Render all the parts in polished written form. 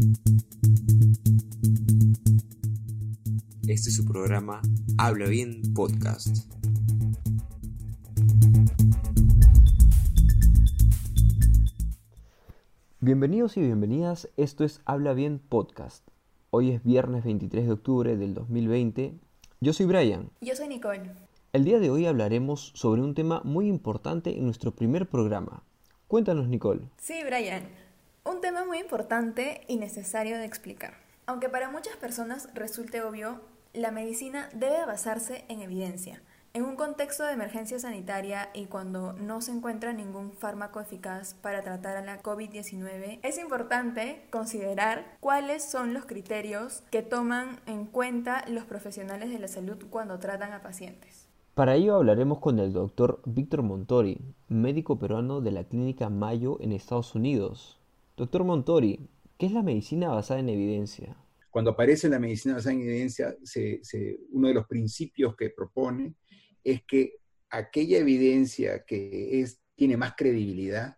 Este es su programa Habla Bien Podcast. Bienvenidos y bienvenidas, esto es Habla Bien Podcast. Hoy es viernes 23 de octubre del 2020. Yo soy Brian. Yo soy Nicole. El día de hoy hablaremos sobre un tema muy importante en nuestro primer programa. Cuéntanos, Nicole. Sí, Brian. Un tema muy importante y necesario de explicar. Aunque para muchas personas resulte obvio, la medicina debe basarse en evidencia. En un contexto de emergencia sanitaria y cuando no se encuentra ningún fármaco eficaz para tratar a la COVID-19, es importante considerar cuáles son los criterios que toman en cuenta los profesionales de la salud cuando tratan a pacientes. Para ello hablaremos con el doctor Víctor Montori, médico peruano de la Clínica Mayo en Estados Unidos. Doctor Montori, ¿qué es la medicina basada en evidencia? Cuando aparece la medicina basada en evidencia, uno de los principios que propone es que aquella evidencia que tiene más credibilidad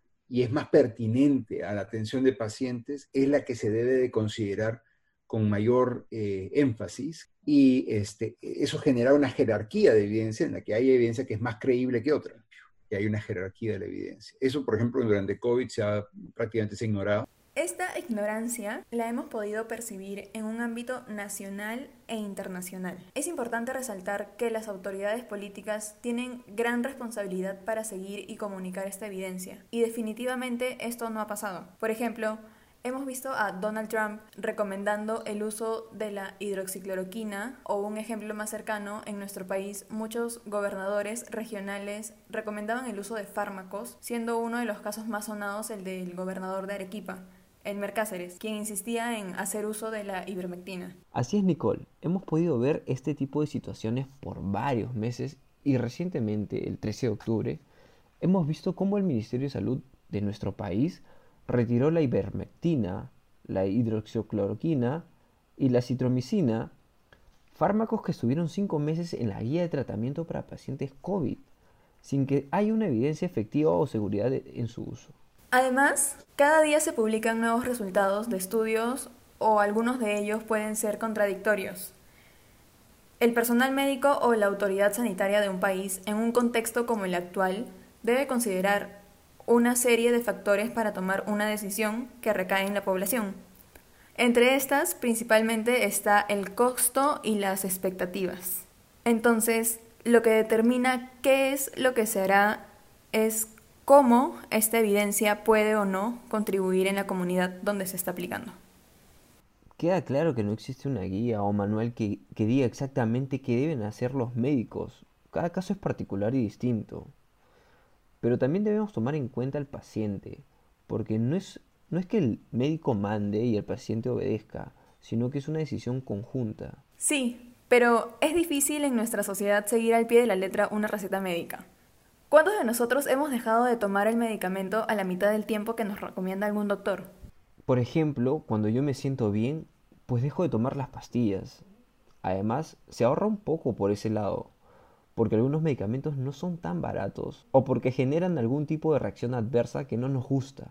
y es más pertinente a la atención de pacientes es la que se debe de considerar con mayor énfasis, y eso genera una jerarquía de evidencia en la que hay evidencia que es más creíble que otra, que hay una jerarquía de la evidencia. Eso, por ejemplo, durante COVID prácticamente se ha ignorado. Esta ignorancia la hemos podido percibir en un ámbito nacional e internacional. Es importante resaltar que las autoridades políticas tienen gran responsabilidad para seguir y comunicar esta evidencia, y definitivamente esto no ha pasado. Por ejemplo, hemos visto a Donald Trump recomendando el uso de la hidroxicloroquina, o un ejemplo más cercano, en nuestro país muchos gobernadores regionales recomendaban el uso de fármacos, siendo uno de los casos más sonados el del gobernador de Arequipa, Elmer Cáceres, quien insistía en hacer uso de la ivermectina. Así es, Nicole. Hemos podido ver este tipo de situaciones por varios meses y recientemente, el 13 de octubre, hemos visto cómo el Ministerio de Salud de nuestro país retiró la ivermectina, la hidroxicloroquina y la citromicina, fármacos que estuvieron 5 meses en la guía de tratamiento para pacientes COVID, sin que haya una evidencia efectiva o seguridad en su uso. Además, cada día se publican nuevos resultados de estudios, o algunos de ellos pueden ser contradictorios. El personal médico o la autoridad sanitaria de un país, en un contexto como el actual, debe considerar una serie de factores para tomar una decisión que recae en la población. Entre estas, principalmente está el costo y las expectativas. Entonces, lo que determina qué es lo que se hará es cómo esta evidencia puede o no contribuir en la comunidad donde se está aplicando. Queda claro que no existe una guía o manual que diga exactamente qué deben hacer los médicos. Cada caso es particular y distinto. Pero también debemos tomar en cuenta al paciente, porque no es que el médico mande y el paciente obedezca, sino que es una decisión conjunta. Sí, pero es difícil en nuestra sociedad seguir al pie de la letra una receta médica. ¿Cuántos de nosotros hemos dejado de tomar el medicamento a la mitad del tiempo que nos recomienda algún doctor? Por ejemplo, cuando yo me siento bien, pues dejo de tomar las pastillas. Además, se ahorra un poco por ese lado, porque algunos medicamentos no son tan baratos o porque generan algún tipo de reacción adversa que no nos gusta.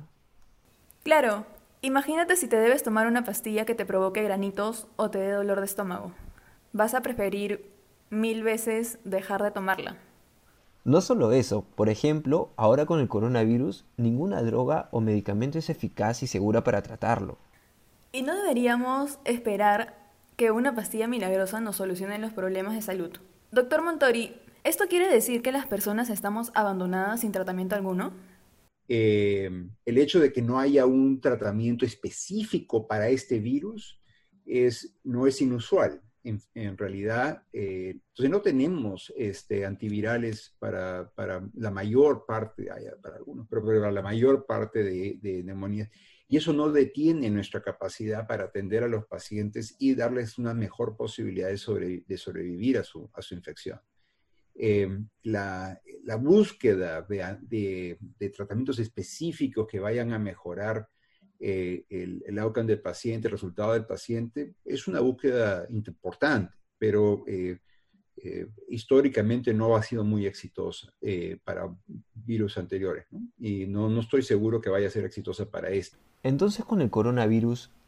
Claro, imagínate si te debes tomar una pastilla que te provoque granitos o te dé dolor de estómago. Vas a preferir 1000 veces dejar de tomarla. No solo eso, por ejemplo, ahora con el coronavirus, ninguna droga o medicamento es eficaz y segura para tratarlo. Y no deberíamos esperar que una pastilla milagrosa nos solucione los problemas de salud. Doctor Montori, ¿esto quiere decir que las personas estamos abandonadas sin tratamiento alguno? El hecho de que no haya un tratamiento específico para este virus no es inusual. En realidad, entonces no tenemos antivirales para la mayor parte, para algunos, pero para la mayor parte de neumonías. Y eso no detiene nuestra capacidad para atender a los pacientes y darles una mejor posibilidad de sobrevivir a su infección. La búsqueda de tratamientos específicos que vayan a mejorar el outcome del paciente, el resultado del paciente, es una búsqueda importante, pero históricamente no ha sido muy exitosa para virus anteriores, ¿no? Y no estoy seguro que vaya a ser exitosa para este. Entonces, con el coronavirus,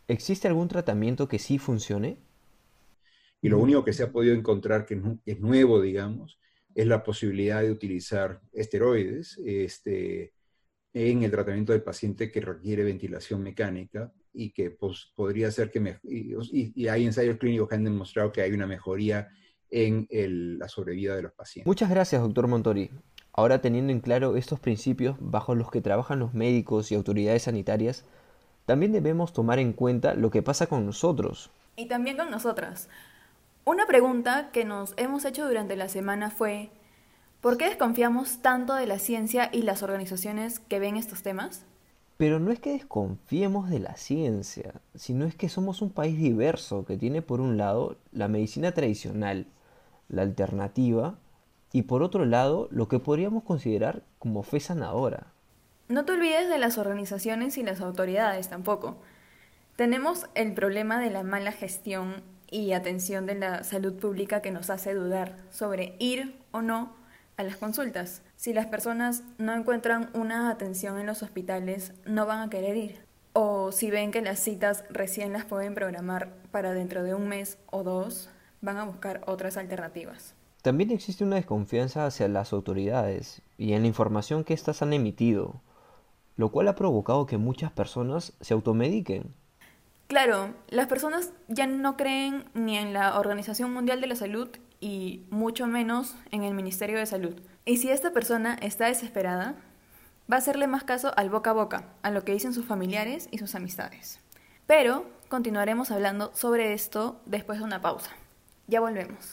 ¿Existe algún tratamiento que sí funcione? Y lo único que se ha podido encontrar que es nuevo, digamos, es la posibilidad de utilizar esteroides en el tratamiento del paciente que requiere ventilación mecánica y que pues, podría ser que y hay ensayos clínicos que han demostrado que hay una mejoría en la sobrevida de los pacientes. Muchas gracias, doctor Montori. Ahora teniendo en claro estos principios bajo los que trabajan los médicos y autoridades sanitarias, también debemos tomar en cuenta lo que pasa con nosotros. Y también con nosotras. Una pregunta que nos hemos hecho durante la semana fue: ¿por qué desconfiamos tanto de la ciencia y las organizaciones que ven estos temas? Pero no es que desconfiemos de la ciencia, sino es que somos un país diverso que tiene por un lado la medicina tradicional, la alternativa, y por otro lado lo que podríamos considerar como fe sanadora. No te olvides de las organizaciones y las autoridades tampoco. Tenemos el problema de la mala gestión y atención de la salud pública que nos hace dudar sobre ir o no a las consultas. Si las personas no encuentran una atención en los hospitales, no van a querer ir. O si ven que las citas recién las pueden programar para dentro de un mes o dos, van a buscar otras alternativas. También existe una desconfianza hacia las autoridades y en la información que éstas han emitido, lo cual ha provocado que muchas personas se automediquen. Claro, las personas ya no creen ni en la Organización Mundial de la Salud y mucho menos en el Ministerio de Salud. Y si esta persona está desesperada, va a hacerle más caso al boca a boca, a lo que dicen sus familiares y sus amistades. Pero continuaremos hablando sobre esto después de una pausa. Ya volvemos.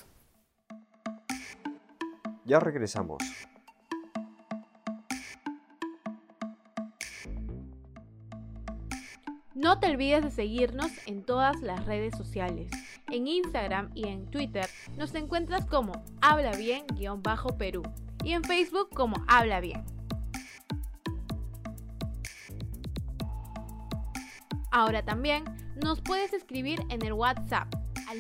Ya regresamos. No te olvides de seguirnos en todas las redes sociales. En Instagram y en Twitter nos encuentras como HablaBien_Perú y en Facebook como Habla Bien. Ahora también nos puedes escribir en el WhatsApp al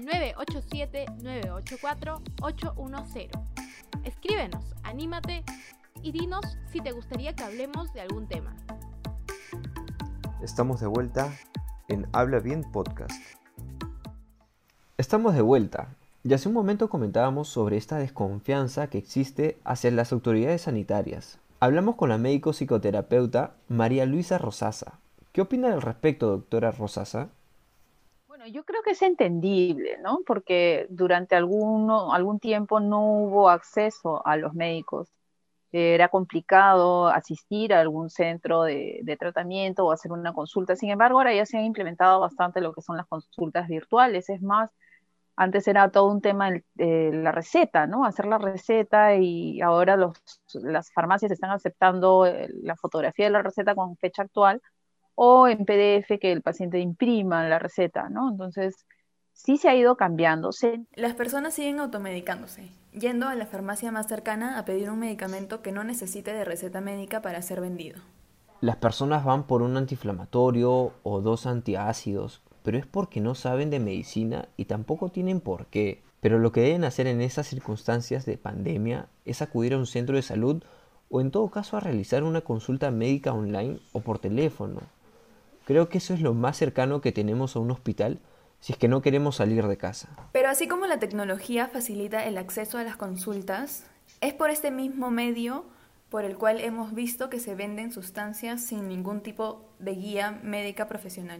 987-984-810. Escríbenos, anímate y dinos si te gustaría que hablemos de algún tema. Estamos de vuelta en Habla Bien Podcast. Estamos de vuelta, y hace un momento comentábamos sobre esta desconfianza que existe hacia las autoridades sanitarias. Hablamos con la médico psicoterapeuta María Luisa Rosasa. ¿Qué opina al respecto, doctora Rosasa? Bueno, yo creo que es entendible, ¿no? Porque durante algún tiempo no hubo acceso a los médicos. Era complicado asistir a algún centro de tratamiento o hacer una consulta. Sin embargo, ahora ya se han implementado bastante lo que son las consultas virtuales. Es más, antes era todo un tema la receta, ¿no? Hacer la receta y ahora las farmacias están aceptando la fotografía de la receta con fecha actual o en PDF que el paciente imprima la receta, ¿no? Entonces, sí se ha ido cambiando. Las personas siguen automedicándose, yendo a la farmacia más cercana a pedir un medicamento que no necesite de receta médica para ser vendido. Las personas van por un antiinflamatorio o dos antiácidos, pero es porque no saben de medicina y tampoco tienen por qué. Pero lo que deben hacer en esas circunstancias de pandemia es acudir a un centro de salud o en todo caso a realizar una consulta médica online o por teléfono. Creo que eso es lo más cercano que tenemos a un hospital si es que no queremos salir de casa. Pero así como la tecnología facilita el acceso a las consultas, es por este mismo medio por el cual hemos visto que se venden sustancias sin ningún tipo de guía médica profesional.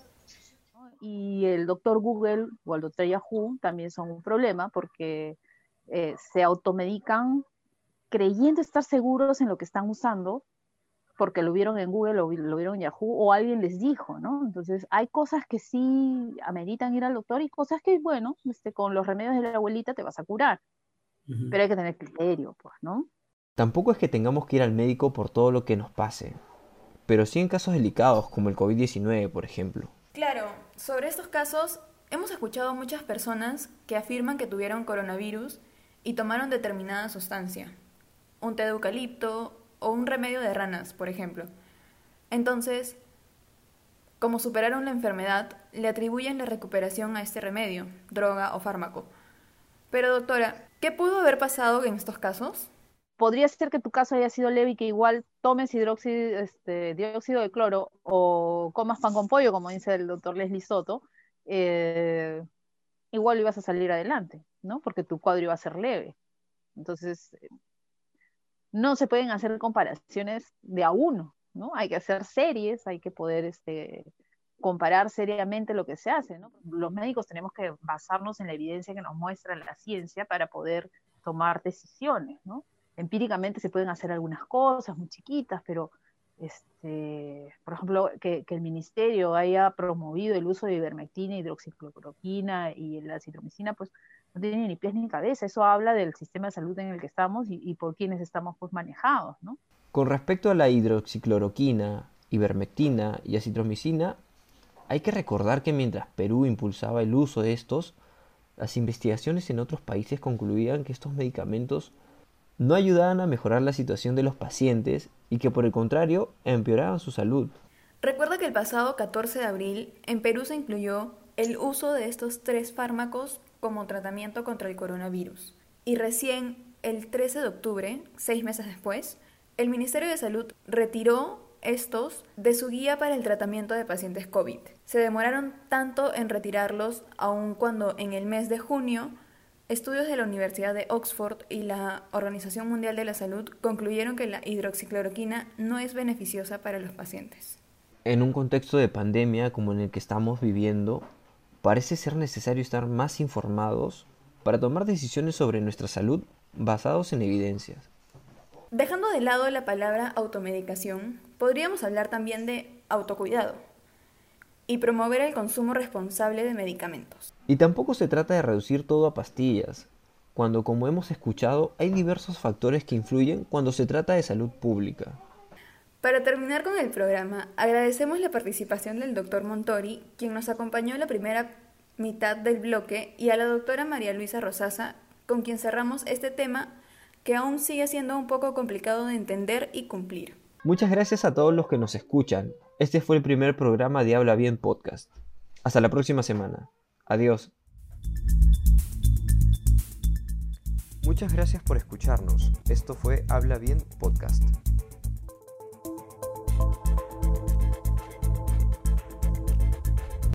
Y el doctor Google o el doctor Yahoo también son un problema porque se automedican creyendo estar seguros en lo que están usando porque lo vieron en Google o lo vieron en Yahoo o alguien les dijo, ¿no? Entonces hay cosas que sí ameritan ir al doctor y cosas que, bueno, con los remedios de la abuelita te vas a curar. Ujú. Pero hay que tener criterio, pues, ¿no? Tampoco es que tengamos que ir al médico por todo lo que nos pase, pero sí en casos delicados como el COVID-19, por ejemplo. Claro, sobre estos casos hemos escuchado a muchas personas que afirman que tuvieron coronavirus y tomaron determinada sustancia, un té de eucalipto o un remedio de ranas, por ejemplo. Entonces, como superaron la enfermedad, le atribuyen la recuperación a este remedio, droga o fármaco. Pero doctora, ¿qué pudo haber pasado en estos casos? podría ser que tu caso haya sido leve y que igual tomes dióxido de cloro o comas pan con pollo, como dice el doctor Leslie Soto, igual ibas a salir adelante, ¿no? Porque tu cuadro iba a ser leve. Entonces, no se pueden hacer comparaciones de a uno, ¿no? Hay que hacer series, hay que poder comparar seriamente lo que se hace, ¿no? Los médicos tenemos que basarnos en la evidencia que nos muestra la ciencia para poder tomar decisiones, ¿no? Empíricamente se pueden hacer algunas cosas muy chiquitas, pero, por ejemplo, que el ministerio haya promovido el uso de ivermectina, hidroxicloroquina y la acitromicina, pues no tiene ni pies ni cabeza. Eso habla del sistema de salud en el que estamos y por quienes estamos pues manejados, ¿no? Con respecto a la hidroxicloroquina, ivermectina y acitromicina, hay que recordar que mientras Perú impulsaba el uso de estos, las investigaciones en otros países concluían que estos medicamentos no ayudaban a mejorar la situación de los pacientes y que por el contrario empeoraban su salud. Recuerda que el pasado 14 de abril en Perú se incluyó el uso de estos 3 fármacos como tratamiento contra el coronavirus. Y recién el 13 de octubre, 6 meses después, el Ministerio de Salud retiró estos de su guía para el tratamiento de pacientes COVID. Se demoraron tanto en retirarlos, aun cuando en el mes de junio estudios de la Universidad de Oxford y la Organización Mundial de la Salud concluyeron que la hidroxicloroquina no es beneficiosa para los pacientes. En un contexto de pandemia como en el que estamos viviendo, parece ser necesario estar más informados para tomar decisiones sobre nuestra salud basados en evidencias. Dejando de lado la palabra automedicación, podríamos hablar también de autocuidado y promover el consumo responsable de medicamentos. Y tampoco se trata de reducir todo a pastillas, cuando, como hemos escuchado, hay diversos factores que influyen cuando se trata de salud pública. Para terminar con el programa, agradecemos la participación del Dr. Montori, quien nos acompañó en la primera mitad del bloque, y a la doctora María Luisa Rosaza, con quien cerramos este tema que aún sigue siendo un poco complicado de entender y cumplir. Muchas gracias a todos los que nos escuchan. Este fue el primer programa de Habla Bien Podcast. Hasta la próxima semana. Adiós. Muchas gracias por escucharnos. Esto fue Habla Bien Podcast.